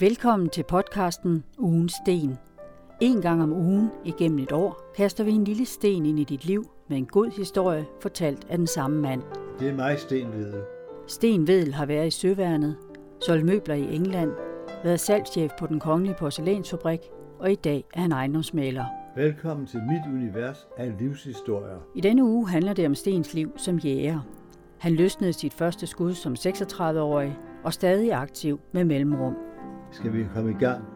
Velkommen til podcasten Ugens Sten. En gang om ugen igennem et år kaster vi en lille sten ind i dit liv med en god historie fortalt af den samme mand. Det er mig, Sten Vedel. Sten Vedel har været i Søværnet, solgt møbler i England, været salgschef på den kongelige porcelænsfabrik, og i dag er han ejendomsmægler. Velkommen til mit univers af livshistorier. I denne uge handler det om Stens liv som jæger. Han løsnede sit første skud som 36-årig og stadig aktiv med mellemrum. Skal vi komme i gang?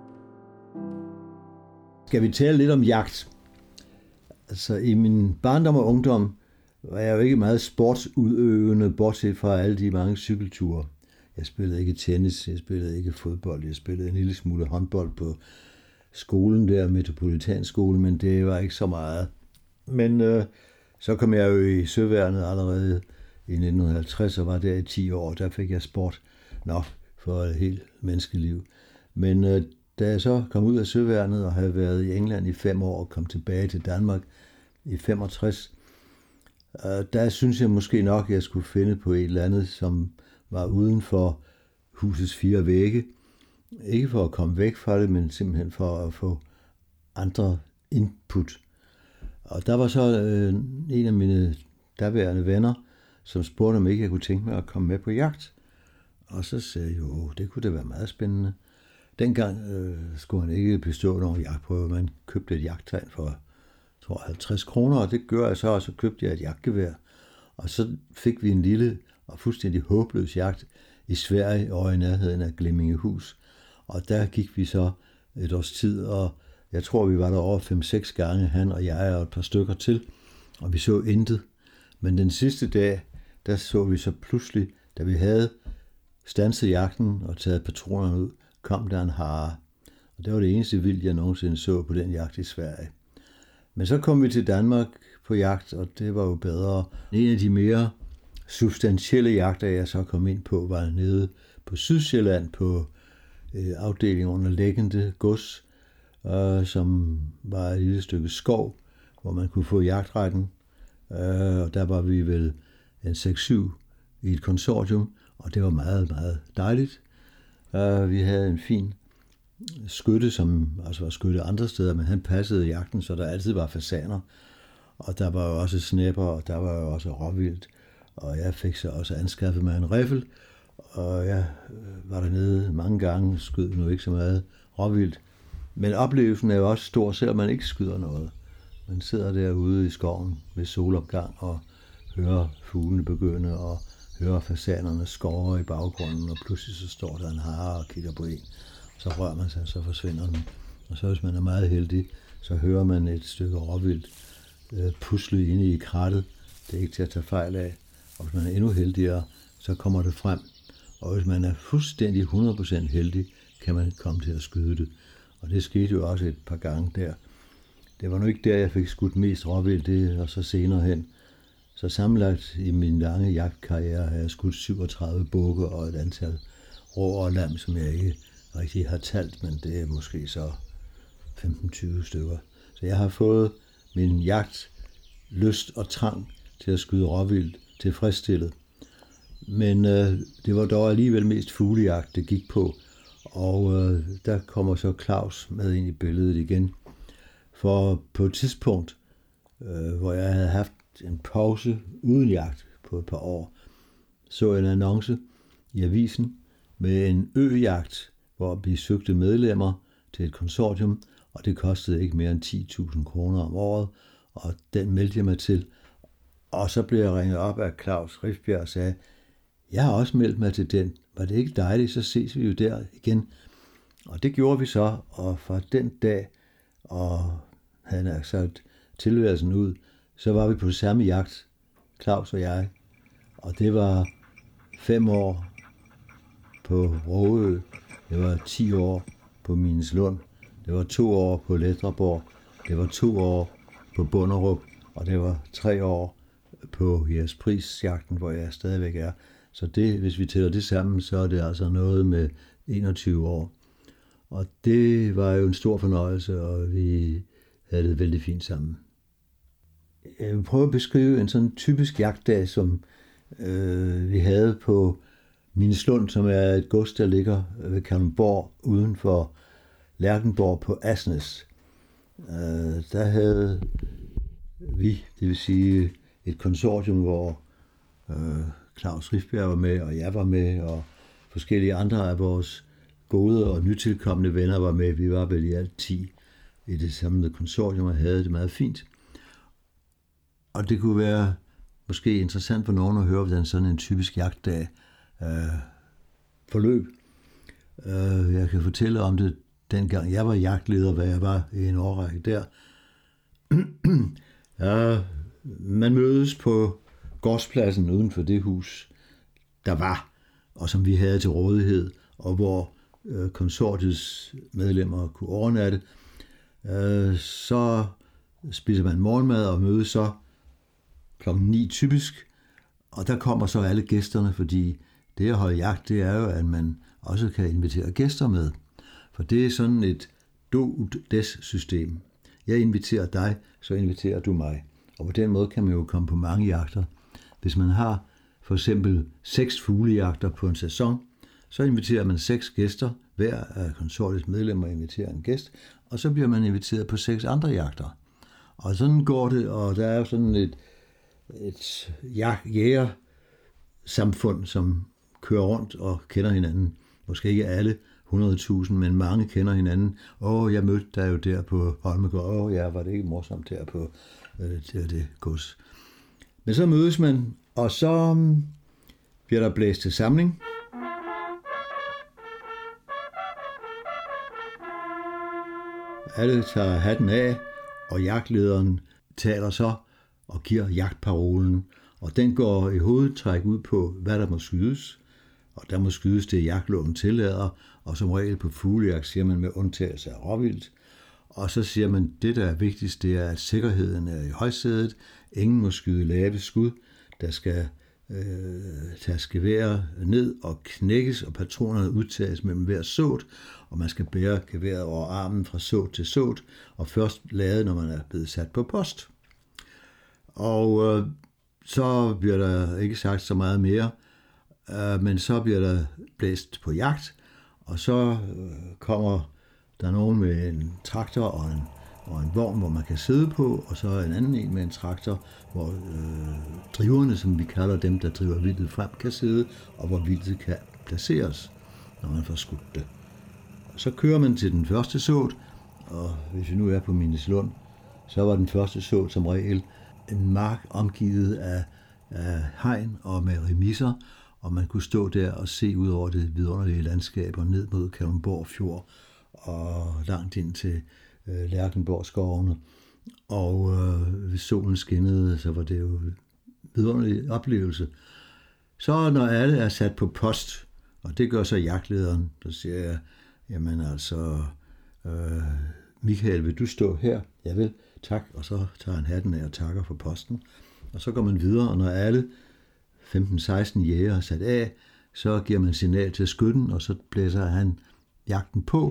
Skal vi tale lidt om jagt? Altså i min barndom og ungdom var jeg jo ikke meget sportsudøvende, bortset fra alle de mange cykelture. Jeg spillede ikke tennis, jeg spillede ikke fodbold, jeg spillede en lille smule håndbold på skolen der, Metropolitanskolen, men det var ikke så meget. Men så kom jeg jo i Søværnet allerede i 1950 og var der i 10 år. Der fik jeg sport nok for et helt menneskeliv. Men da jeg så kom ud af Søværnet og havde været i England i 5 år og kom tilbage til Danmark i 65, der synes jeg måske nok, at jeg skulle finde på et eller andet, som var uden for husets 4 vægge. Ikke for at komme væk fra det, men simpelthen for at få andre input. Og der var så en af mine daværende venner, som spurgte, om ikke jeg kunne tænke mig at komme med på jagt. Og så sagde jeg, jo, det kunne da være meget spændende. Dengang skulle han ikke bestå nogen jagtprøve. Man købte et jagttegn for, 50 kroner, og det gør jeg så, og så købte jeg et jagtgevær. Og så fik vi en lille og fuldstændig håbløs jagt i Sverige og i nærheden af Glemmingehus. Og der gik vi så et års tid, og jeg tror, vi var der over 5-6 gange, han og jeg og et par stykker til, og vi så intet. Men den sidste dag, der så vi så pludselig, da vi havde standset jagten og taget patronerne ud, kom der en hare. Og det var det eneste vildt, jeg nogensinde så på den jagt i Sverige. Men så kom vi til Danmark på jagt, og det var jo bedre. En af de mere substantielle jagter, jeg så kom ind på, var nede på Sydsjælland på afdelingen under Lækkende Gods, som var et lille stykke skov, hvor man kunne få jagtretten. Og der var vi vel en 6-7 i et konsortium, og det var meget, meget dejligt. Vi havde en fin skytte, som altså var skytte andre steder, men han passede jagten, så der altid var fasaner. Og der var jo også snæpper, og der var jo også råvildt. Og jeg fik så også anskaffet mig en riffel, og jeg var dernede mange gange, skød nu ikke så meget råvildt. Men oplevelsen er jo også stor, selvom man ikke skyder noget. Man sidder derude i skoven ved solopgang og hører fuglene begynde og hører fasanerne skåre i baggrunden, og pludselig så står der en hare og kigger på en. Så rører man sig, så forsvinder den. Og så hvis man er meget heldig, så hører man et stykke råvildt pusle inde i krattet. Det er ikke til at tage fejl af. Og hvis man er endnu heldigere, så kommer det frem. Og hvis man er fuldstændig 100% heldig, kan man komme til at skyde det. Og det skete jo også et par gange der. Det var nu ikke der, jeg fik skudt mest råvildt, det og så senere hen. Så sammenlagt i min lange jagtkarriere har jeg skudt 37 bukke og et antal rå og lam, som jeg ikke rigtig har talt, men det er måske så 15-20 stykker. Så jeg har fået min jagt, lyst og trang til at skyde råvildt tilfredsstillet. Men det var dog alligevel mest fuglejagt, det gik på. Og der kommer så Claus med ind i billedet igen. For på et tidspunkt, hvor jeg havde haft en pause uden jagt på et par år, så en annonce i avisen med en øjagt, hvor vi søgte medlemmer til et konsortium, og det kostede ikke mere end 10.000 kroner om året, og den meldte jeg mig til. Og så blev jeg ringet op af Claus Rifbjerg og sagde, jeg har også meldt mig til den. Var det ikke dejligt, så ses vi jo der igen. Og det gjorde vi så, og fra den dag, og han har sagt tilværelsen ud, så var vi på samme jagt, Claus og jeg. Og det var 5 år på Råø, det var 10 år på Mindeslund, det var 2 år på Ledreborg, det var 2 år på Bunderup, og det var 3 år på Jægersprisjagten, hvor jeg stadigvæk er. Så det, hvis vi tæller det sammen, så er det altså noget med 21 år. Og det var jo en stor fornøjelse, og vi havde det vældig fint sammen. Jeg vil prøve at beskrive en sådan typisk jagtdag, som vi havde på Mindeslund, som er et gods, der ligger ved Kalundborg uden for Lerchenborg på Asnæs. Der havde vi, det vil sige et konsortium, hvor Claus Rifbjerg var med, og jeg var med, og forskellige andre af vores gode og nytilkommende venner var med. Vi var vel i alt 10 i det samlede konsortium og havde det meget fint. Og det kunne være måske interessant for nogen at høre, hvordan sådan en typisk jagtdag forløb. Jeg kan fortælle om det, dengang jeg var jagtleder, hvad jeg var i en årrække der. Ja, man mødes på gårdspladsen uden for det hus, der var, og som vi havde til rådighed, og hvor konsortiets medlemmer kunne overnatte. Så spiser man morgenmad og mødes så klokken 9 typisk, og der kommer så alle gæsterne, fordi det at holde jagt, det er jo, at man også kan invitere gæster med. For det er sådan et do-des-system. Jeg inviterer dig, så inviterer du mig. Og på den måde kan man jo komme på mange jagter. Hvis man har for eksempel 6 fuglejagter på en sæson, så inviterer man 6 gæster. Hver af konsortiets medlemmer inviterer en gæst, og så bliver man inviteret på 6 andre jagter. Og sådan går det, og der er jo sådan et jægersamfund, som kører rundt og kender hinanden. Måske ikke alle 100.000, men mange kender hinanden. Jeg mødte dig jo der på Holmegård. Ja, var det ikke morsomt der på det gods. Men så mødes man, og så bliver der blæst til samling. Alle tager hatten af, og jagtlederen taler så og giver jagtparolen. Og den går i hovedtræk ud på, hvad der må skydes. Og der må skydes det, jagtloven tillader, og som regel på fuglejagt siger man med undtagelse af råvildt. Og så siger man, det der er vigtigst, det er, at sikkerheden er i højsædet. Ingen må skyde lave skud, der skal tages geværet ned og knækkes, og patronerne udtages mellem hver såt, og man skal bære geværet over armen fra såt til såt, og først lade, når man er blevet sat på post. Og så bliver der ikke sagt så meget mere, men så bliver der blæst på jagt, og så kommer der nogen med en traktor og en vogn, hvor man kan sidde på, og så en anden en med en traktor, hvor driverne, som vi kalder dem, der driver vildtet frem, kan sidde, og hvor vildtet kan placeres, når man får skudt det. Så kører man til den første såt, og hvis vi nu er på Mindeslund, så var den første såt som regel en mark omgivet af hegn og med remisser, og man kunne stå der og se ud over det vidunderlige landskab og ned mod Kalundborg Fjord og langt ind til Lerchenborg skovene. Og hvis solen skinnede, så var det jo en vidunderlig oplevelse. Så når alle er sat på post, og det gør så jagtlederen, så siger jeg, jamen altså, Michael, vil du stå her? Jeg vil, tak. Og så tager han hatten af og takker for posten. Og så går man videre, og når alle 15-16 jæger er sat af, så giver man signal til skytten, og så blæser han jagten på.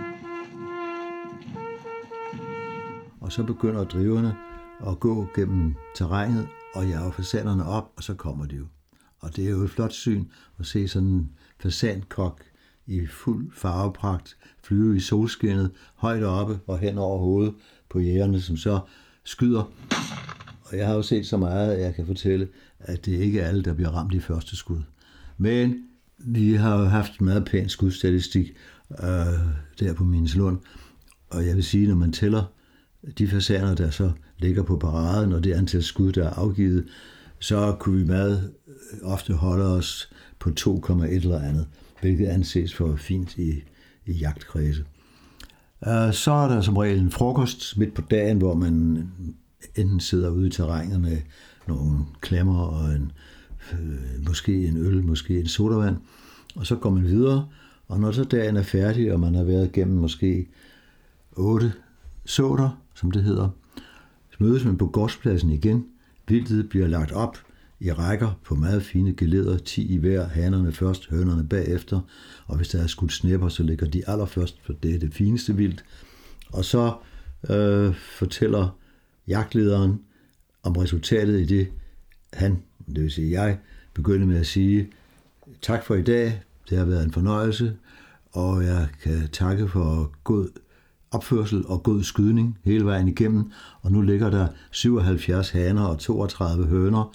Og så begynder driverne at gå gennem terrænet og jage fasanerne op, og så kommer de jo. Og det er jo et flot syn at se sådan en fasankok i fuld farvepragt flyve i solskinnet, højt oppe og hen over hovedet på jægerne, som så skyder. Og jeg har jo set så meget, at jeg kan fortælle, at det ikke er alle, der bliver ramt i første skud. Men vi har jo haft meget pæn skudstatistik der på Mindeslund. Og jeg vil sige, når man tæller de fasaner, der så ligger på paraden, og det antal skud, der er afgivet, så kunne vi meget ofte holde os på 2,1 eller andet, hvilket anses for fint i jagtkredse. Så er der som regel en frokost midt på dagen, hvor man enten sidder ude i terrænet med nogle klemmer og måske en øl, måske en sodavand, og så går man videre, og når så dagen er færdig, og man har været igennem måske 8 såter, som det hedder, så mødes man på gårdspladsen igen. Vildtet bliver lagt op i rækker på meget fine geleder, 10 i hver, hanerne først, hønerne bagefter, og hvis der er skudt snæpper, så ligger de allerførst, for det er det fineste vildt. Og så fortæller jagtlederen om resultatet i det, han, det vil sige jeg, begynder med at sige, Tak for i dag. Det har været en fornøjelse, og jeg kan takke for god opførsel og god skydning hele vejen igennem. Og nu ligger der 77 haner og 32 høner,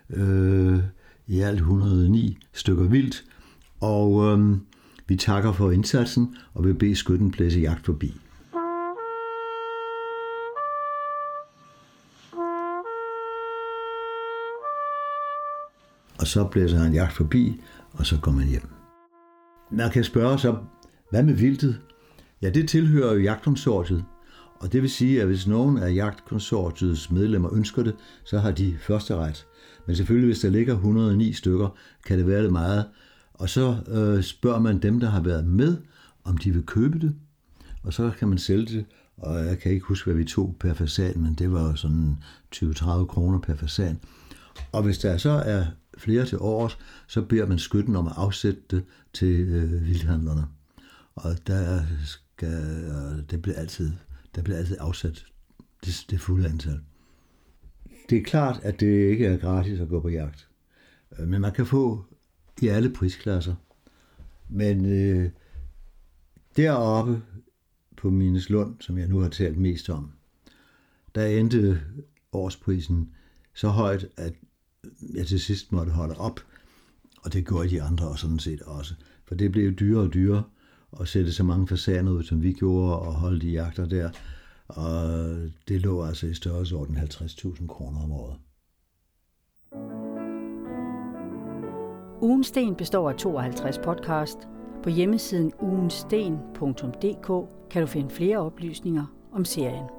i alt 109 stykker vildt. Og vi takker for indsatsen og vil bede skytten blæse jagt forbi. Og så blæser han jagt forbi, og så går man hjem. Man kan spørge sig, hvad med vildtet? Ja, det tilhører jo jagtkonsortiet, og det vil sige, at hvis nogen af jagtkonsortiets medlemmer ønsker det, så har de første ret. Men selvfølgelig, hvis der ligger 109 stykker, kan det være lidt meget. Og så spørger man dem, der har været med, om de vil købe det, og så kan man sælge det. Og jeg kan ikke huske, hvad vi tog per fasan, men det var sådan 20-30 kroner per fasan. Og hvis der så er flere til års, så beder man skytten om at afsætte det til vildhandlerne. Og der bliver altid afsat det fulde antal. Det er klart, at det ikke er gratis at gå på jagt. Men man kan få i alle prisklasser. Men deroppe på Mindeslund, som jeg nu har talt mest om, der endte årsprisen så højt, at jeg til sidst måtte holde op. Og det gjorde de andre og sådan set også. For det blev dyrere og dyrere at sætte så mange fasaner ud, som vi gjorde, og holde de jagter der. Og det lå altså i størrelsesorden 50.000 kroner om året. Ugens Sten består af 52 podcast. På hjemmesiden ugensten.dk kan du finde flere oplysninger om serien.